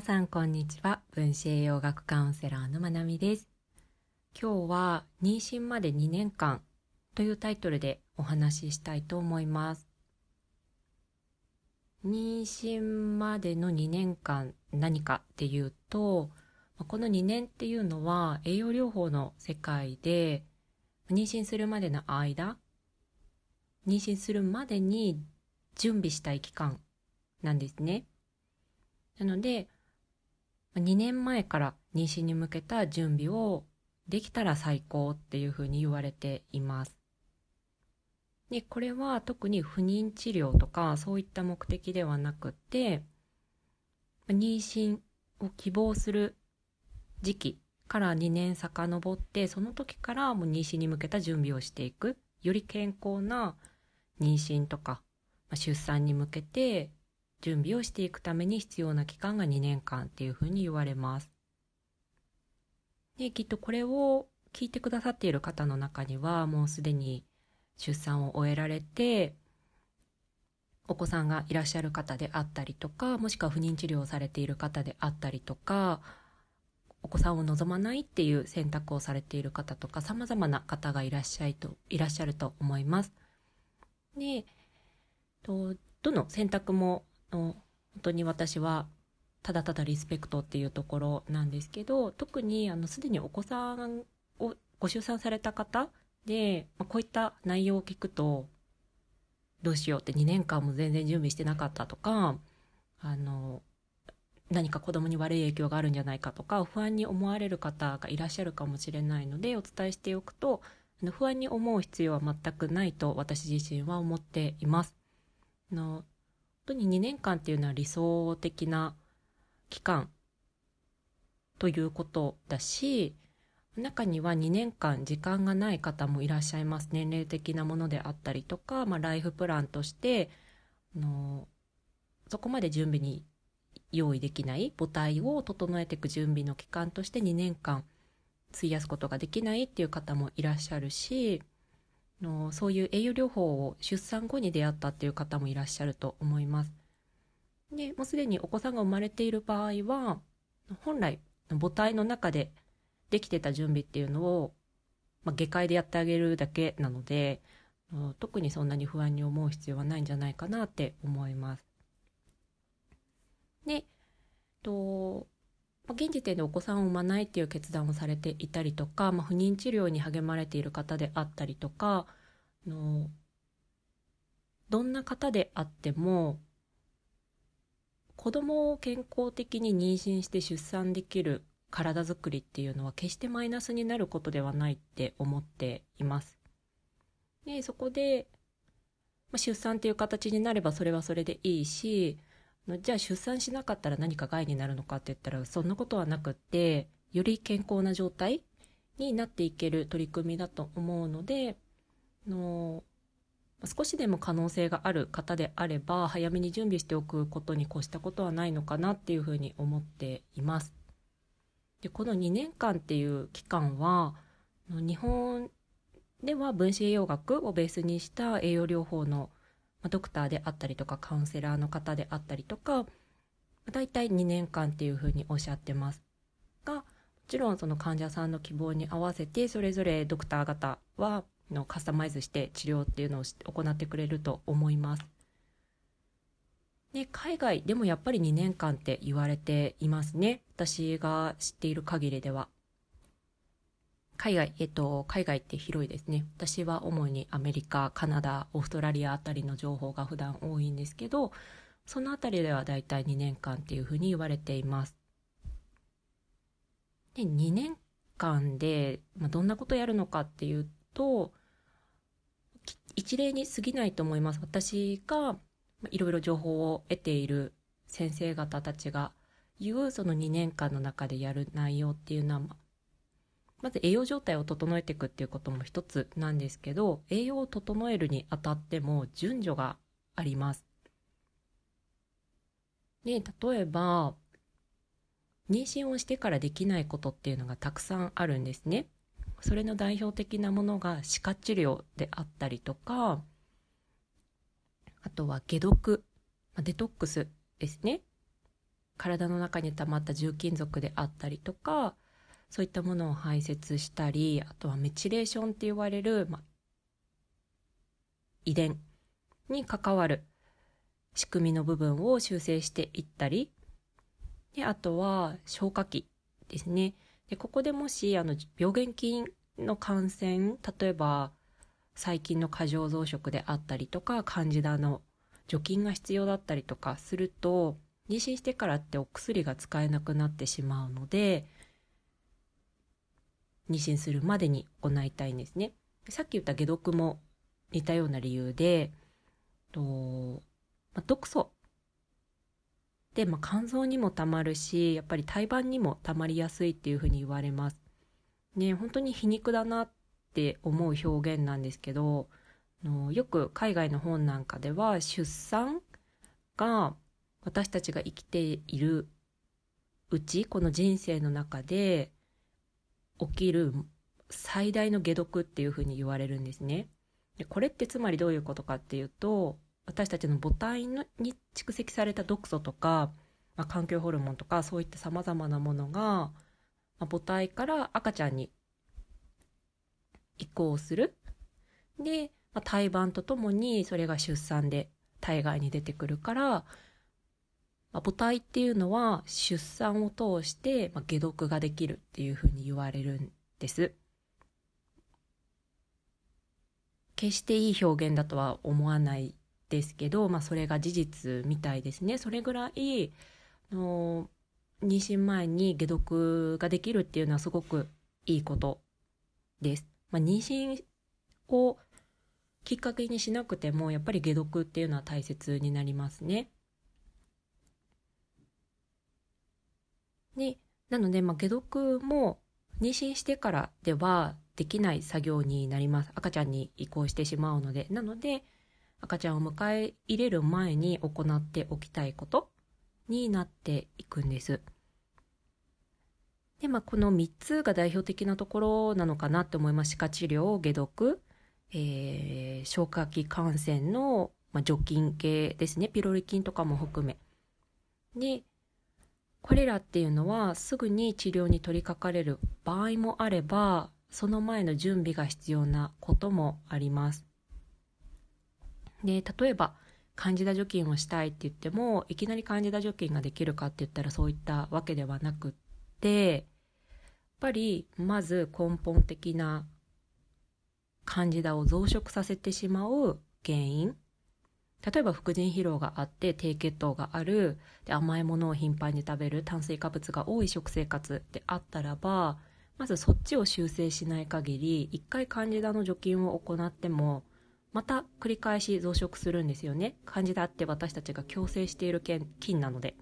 さんこんにちは。分子栄養学カウンセラーのまなみです。今日は妊娠まで2年間というタイトルでお話ししたいと思います。妊娠までの2年間何かっていうと、この2年っていうのは栄養療法の世界で妊娠するまでの間、妊娠するまでに準備したい期間なんですね。なので2年前から妊娠に向けた準備をできたら最高っていうふうに言われています。で、これは特に不妊治療とかそういった目的ではなくて、妊娠を希望する時期から2年遡って、その時からもう妊娠に向けた準備をしていく、より健康な妊娠とか出産に向けて準備をしていくために必要な期間が2年間っていうふうに言われます。で、きっとこれを聞いてくださっている方の中にはもうすでに出産を終えられてお子さんがいらっしゃる方であったりとか、もしくは不妊治療をされている方であったりとか、お子さんを望まないっていう選択をされている方とか、様々な方がいらっしゃると思います。で、どの選択も本当に私はただただリスペクトっていうところなんですけど、特にすでにお子さんをご出産された方で、こういった内容を聞くとどうしようって2年間も全然準備してなかったとか、何か子供に悪い影響があるんじゃないかとか不安に思われる方がいらっしゃるかもしれないのでお伝えしておくと、不安に思う必要は全くないと私自身は思っています。本当に2年間っていうのは理想的な期間ということだし、中には2年間時間がない方もいらっしゃいます。年齢的なものであったりとか、ライフプランとしてそこまで準備に用意できない母体を整えていく準備の期間として2年間費やすことができないっていう方もいらっしゃるし、そういう栄養療法を出産後に出会ったっていう方もいらっしゃると思います。で、もうすでにお子さんが生まれている場合は、本来母体の中でできてた準備っていうのを、外界でやってあげるだけなので、特にそんなに不安に思う必要はないんじゃないかなって思います。で、現時点でお子さんを産まないっていう決断をされていたりとか、不妊治療に励まれている方であったりとか、どんな方であっても子供を健康的に妊娠して出産できる体づくりっていうのは決してマイナスになることではないって思っています。で、そこで、出産っていう形になればそれはそれでいいし、じゃあ出産しなかったら何か害になるのかって言ったらそんなことはなくって、より健康な状態になっていける取り組みだと思うので、少しでも可能性がある方であれば早めに準備しておくことに越したことはないのかなっていうふうに思っています。で、この2年間っていう期間は日本では分子栄養学をベースにした栄養療法のドクターであったりとかカウンセラーの方であったりとか、だいたい2年間っていうふうにおっしゃってますが、もちろんその患者さんの希望に合わせてそれぞれドクター方はカスタマイズして治療っていうのを行ってくれると思います。で、海外でもやっぱり2年間って言われていますね。私が知っている限りでは。海外って広いですね。私は主にアメリカ、カナダ、オーストラリアあたりの情報が普段多いんですけど、そのあたりではだいたい2年間っていうふうに言われています。で、2年間で、どんなことやるのかっていうと、一例に過ぎないと思います。私がいろいろ情報を得ている先生方たちが言うその2年間の中でやる内容っていうのは、まず栄養状態を整えていくっていうことも一つなんですけど、栄養を整えるにあたっても順序があります。で、例えば妊娠をしてからできないことっていうのがたくさんあるんですね。それの代表的なものが歯科治療であったりとか、あとは解毒、デトックスですね。 体の中に溜まった重金属であったりとか、そういったものを排泄したり、あとはメチレーションって言われる、遺伝に関わる仕組みの部分を修正していったり、であとは消化器ですね。でここでもし病原菌の感染、例えば細菌の過剰増殖であったりとか、カンジダの除菌が必要だったりとかすると、妊娠してからってお薬が使えなくなってしまうので、妊娠するまでに行いたいんですね。さっき言った解毒も似たような理由で、毒素で、肝臓にもたまるし、やっぱり胎盤にもたまりやすいっていうふうに言われますね。本当に皮肉だなって思う表現なんですけど、よく海外の本なんかでは、出産が私たちが生きているうち、この人生の中で起きる最大の解毒っていうふうに言われるんですね。でこれってつまりどういうことかっていうと、私たちの母体に蓄積された毒素とか、環境ホルモンとか、そういったさまざまなものが、母体から赤ちゃんに移行する。で、胎盤とともにそれが出産で体外に出てくるから、母体っていうのは出産を通して解毒ができるっていうふうに言われるんです。決していい表現だとは思わないですけど、それが事実みたいですね。それぐらい妊娠前に解毒ができるっていうのはすごくいいことです。妊娠をきっかけにしなくてもやっぱり解毒っていうのは大切になりますね。でなので、解毒も妊娠してからではできない作業になります。赤ちゃんに移行してしまうので。なので赤ちゃんを迎え入れる前に行っておきたいことになっていくんです。で、この3つが代表的なところなのかなって思います。歯科治療、解毒、消化器感染の、除菌系ですね。ピロリ菌とかも含め。で、これらっていうのはすぐに治療に取り掛かれる場合もあれば、その前の準備が必要なこともあります。で、例えばカンジダ除菌をしたいって言っても、いきなりカンジダ除菌ができるかって言ったらそういったわけではなくって、やっぱりまず根本的なカンジダを増殖させてしまう原因、例えば副腎疲労があって低血糖がある、で甘いものを頻繁に食べる、炭水化物が多い食生活であったらば、まずそっちを修正しない限り、一回カンジダの除菌を行ってもまた繰り返し増殖するんですよね。カンジダって私たちが共生している菌なので。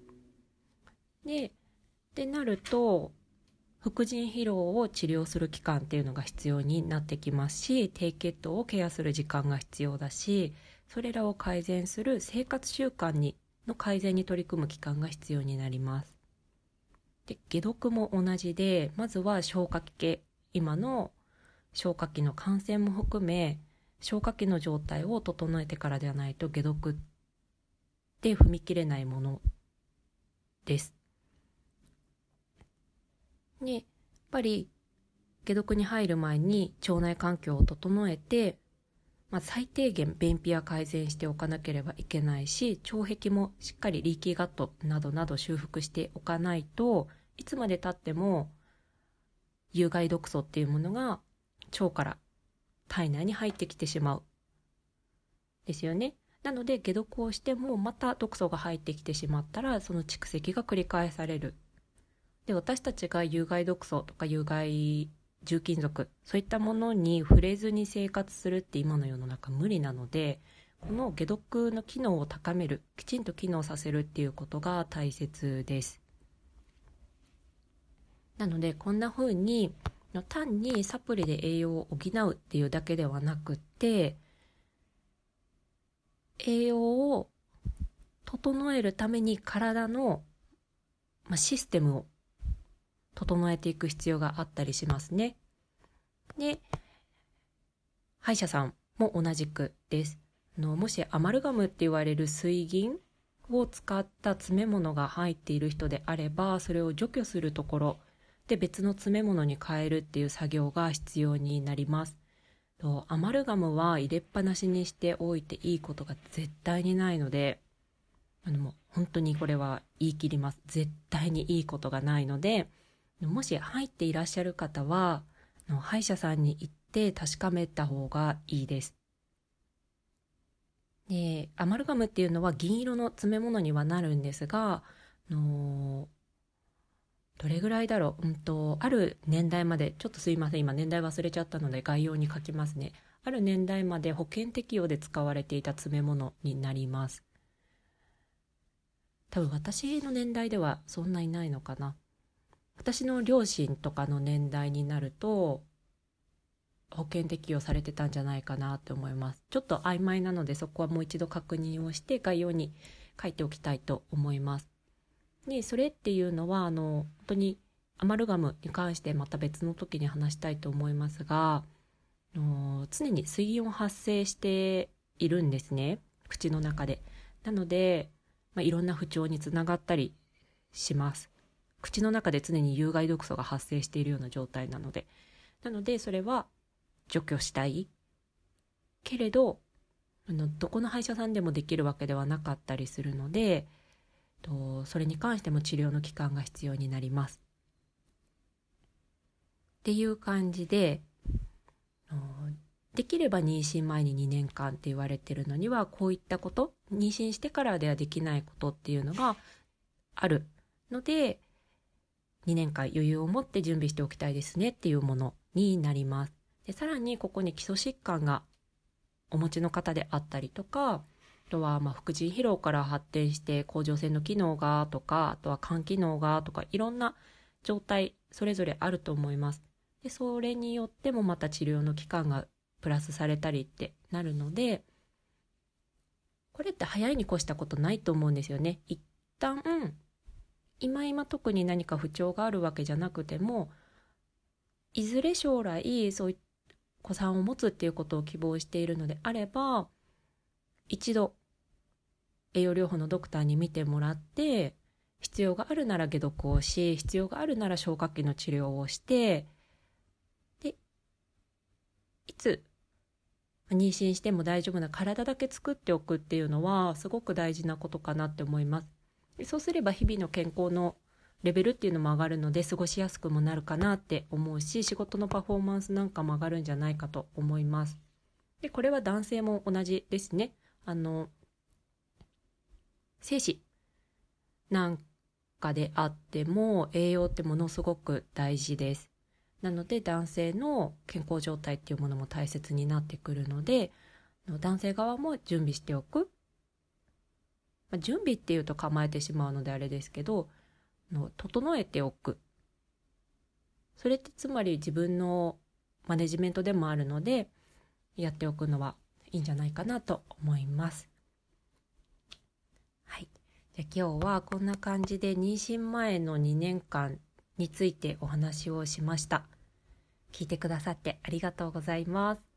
でなると、副腎疲労を治療する期間っていうのが必要になってきますし、低血糖をケアする時間が必要だし、それらを改善する生活習慣の改善に取り組む期間が必要になります。で、解毒も同じで、まずは消化器系、今の消化器の感染も含め、消化器の状態を整えてからではないと解毒って踏み切れないものです。で、やっぱり解毒に入る前に腸内環境を整えて、最低限便秘は改善しておかなければいけないし、腸壁もしっかりリーキーガットなどなど修復しておかないと、いつまで経っても有害毒素っていうものが腸から体内に入ってきてしまうですよね。なので解毒をしてもまた毒素が入ってきてしまったら、その蓄積が繰り返される。で、私たちが有害毒素とか有害重金属、そういったものに触れずに生活するって今の世の中無理なので、この解毒の機能を高める、きちんと機能させるっていうことが大切です。なのでこんな風に単にサプリで栄養を補うっていうだけではなくって、栄養を整えるために体のシステムを整えていく必要があったりしますね。で、歯医者さんも同じくです。もしアマルガムって言われる水銀を使った詰め物が入っている人であれば、それを除去するところで別の詰め物に変えるっていう作業が必要になります。アマルガムは入れっぱなしにしておいていいことが絶対にないので、もう本当にこれは言い切ります。絶対にいいことがないので、もし入っていらっしゃる方は歯医者さんに行って確かめた方がいいです。で、アマルガムっていうのは銀色の詰め物にはなるんですが、どれぐらいだろう、ある年代まで、ちょっとすいません、今年代忘れちゃったので概要に書きますね。ある年代まで保険適用で使われていた詰め物になります。多分私の年代ではそんなにないのかな。私の両親とかの年代になると保険適用されてたんじゃないかなって思います。ちょっと曖昧なのでそこはもう一度確認をして概要に書いておきたいと思います。で、それっていうのは本当にアマルガムに関してまた別の時に話したいと思いますが、常に水温発生しているんですね、口の中で。なので、いろんな不調につながったりします。口の中で常に有害毒素が発生しているような状態なので。それは除去したいけれど、どこの歯医者さんでもできるわけではなかったりするので、それに関しても治療の期間が必要になります。っていう感じで、できれば妊娠前に2年間って言われてるのには、こういったこと、妊娠してからではできないことっていうのがあるので、2年間余裕を持って準備しておきたいですねっていうものになります。で、さらにここに基礎疾患がお持ちの方であったりとか、あとは副腎疲労から発展して甲状腺の機能がとか、あとは肝機能がとか、いろんな状態それぞれあると思います。で、それによってもまた治療の期間がプラスされたりってなるので、これって早いに越したことないと思うんですよね。一旦今特に何か不調があるわけじゃなくても、いずれ将来そういう子さんを持つっていうことを希望しているのであれば、一度栄養療法のドクターに見てもらって、必要があるなら解毒をし、必要があるなら消化器の治療をして、で、いつ妊娠しても大丈夫な体だけ作っておくっていうのはすごく大事なことかなって思います。そうすれば日々の健康のレベルっていうのも上がるので、過ごしやすくもなるかなって思うし、仕事のパフォーマンスなんかも上がるんじゃないかと思います。で、これは男性も同じですね。精子なんかであっても栄養ってものすごく大事です。なので男性の健康状態っていうものも大切になってくるので、男性側も準備しておく。準備っていうと構えてしまうのであれですけど、整えておく。それってつまり自分のマネジメントでもあるので、やっておくのはいいんじゃないかなと思います。はい。じゃあ今日はこんな感じで妊娠前の2年間についてお話をしました。聞いてくださってありがとうございます。